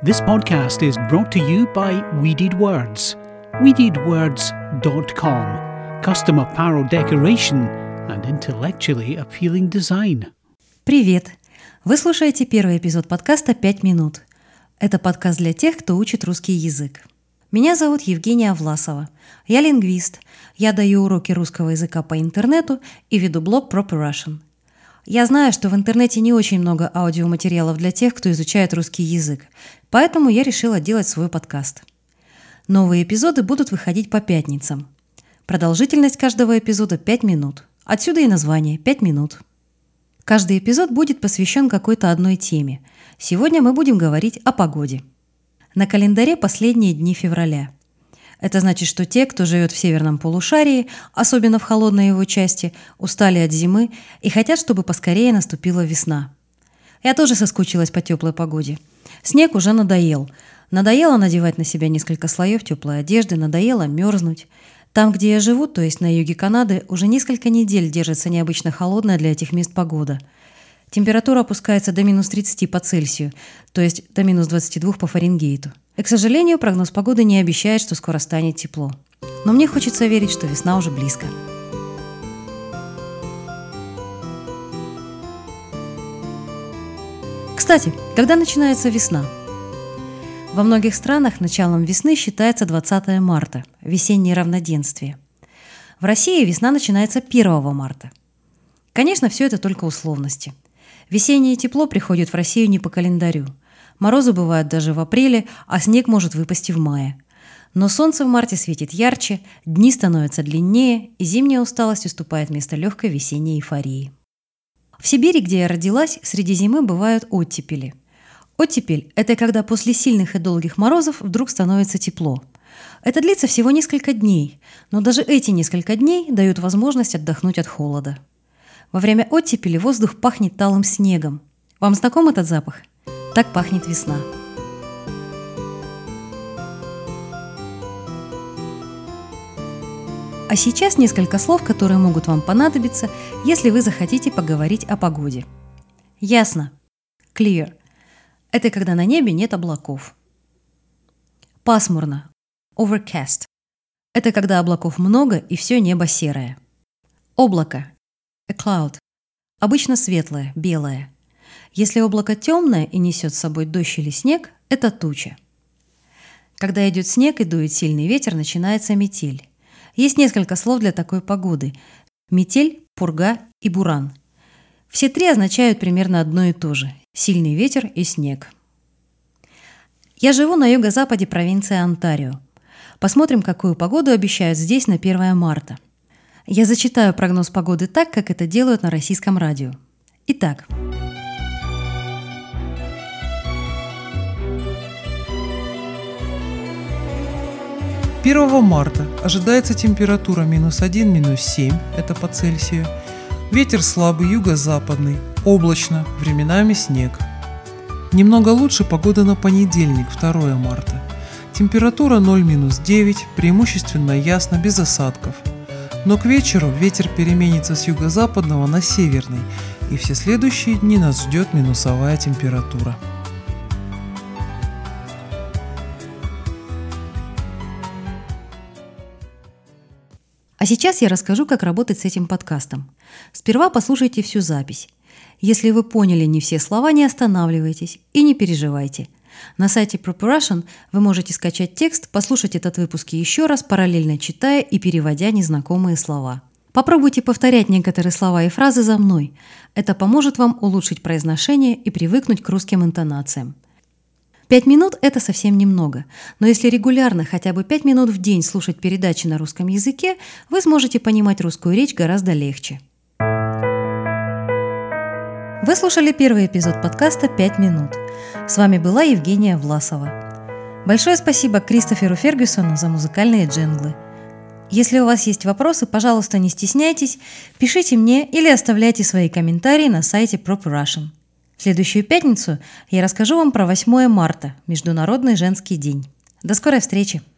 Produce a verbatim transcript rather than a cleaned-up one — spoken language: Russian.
This podcast is brought to you by We Did Words. we did words dot com. Custom apparel decoration and intellectually appealing design. Привет! Вы слушаете первый эпизод подкаста «пять минут». Это подкаст для тех, кто учит русский язык. Меня зовут Евгения Власова. Я лингвист. Я даю уроки русского языка по интернету и веду блог Proper Russian. Я знаю, что в интернете не очень много аудиоматериалов для тех, кто изучает русский язык, поэтому я решила делать свой подкаст. Новые эпизоды будут выходить по пятницам. Продолжительность каждого эпизода пять минут. Отсюда и название «пять минут». Каждый эпизод будет посвящен какой-то одной теме. Сегодня мы будем говорить о погоде. На календаре последние дни февраля. Это значит, что те, кто живет в северном полушарии, особенно в холодной его части, устали от зимы и хотят, чтобы поскорее наступила весна. Я тоже соскучилась по теплой погоде. Снег уже надоел. Надоело надевать на себя несколько слоев теплой одежды, надоело мерзнуть. Там, где я живу, то есть на юге Канады, уже несколько недель держится необычно холодная для этих мест погода. Температура опускается до минус тридцати по Цельсию, то есть до минус двадцати двух по Фаренгейту. И, к сожалению, прогноз погоды не обещает, что скоро станет тепло. Но мне хочется верить, что весна уже близко. Кстати, когда начинается весна? Во многих странах началом весны считается двадцатое марта, весеннее равноденствие. В России весна начинается первого марта. Конечно, все это только условности. Весеннее тепло приходит в Россию не по календарю. Морозы бывают даже в апреле, а снег может выпасть и в мае. Но солнце в марте светит ярче, дни становятся длиннее, и зимняя усталость уступает место легкой весенней эйфории. В Сибири, где я родилась, среди зимы бывают оттепели. Оттепель – это когда после сильных и долгих морозов вдруг становится тепло. Это длится всего несколько дней, но даже эти несколько дней дают возможность отдохнуть от холода. Во время оттепели воздух пахнет талым снегом. Вам знаком этот запах? Так пахнет весна. А сейчас несколько слов, которые могут вам понадобиться, если вы захотите поговорить о погоде. Ясно. Clear. Это когда на небе нет облаков. Пасмурно. Overcast. Это когда облаков много и все небо серое. Облако. A cloud. Обычно светлое, белое. Если облако темное и несет с собой дождь или снег, это туча. Когда идет снег и дует сильный ветер, начинается метель. Есть несколько слов для такой погоды. Метель, пурга и буран. Все три означают примерно одно и то же – сильный ветер и снег. Я живу на юго-западе провинции Онтарио. Посмотрим, какую погоду обещают здесь на первое марта. Я зачитаю прогноз погоды так, как это делают на российском радио. Итак. первого марта ожидается температура минус один - минус семь, это по Цельсию. Ветер слабый юго-западный, облачно, временами снег. Немного лучше погода на понедельник, второго марта. Температура ноль - минус девять, преимущественно ясно, без осадков. Но к вечеру ветер переменится с юго-западного на северный, и все следующие дни нас ждет минусовая температура. А сейчас я расскажу, как работать с этим подкастом. Сперва послушайте всю запись. Если вы поняли не все слова, не останавливайтесь и не переживайте. На сайте Proper Russian вы можете скачать текст, послушать этот выпуск еще раз, параллельно читая и переводя незнакомые слова. Попробуйте повторять некоторые слова и фразы за мной. Это поможет вам улучшить произношение и привыкнуть к русским интонациям. Пять минут – это совсем немного, но если регулярно хотя бы пять минут в день слушать передачи на русском языке, вы сможете понимать русскую речь гораздо легче. Вы слушали первый эпизод подкаста «пять минут». С вами была Евгения Власова. Большое спасибо Кристоферу Фергюсону за музыкальные джинглы. Если у вас есть вопросы, пожалуйста, не стесняйтесь, пишите мне или оставляйте свои комментарии на сайте Proper Russian. В следующую пятницу я расскажу вам про восьмое марта, Международный женский день. До скорой встречи!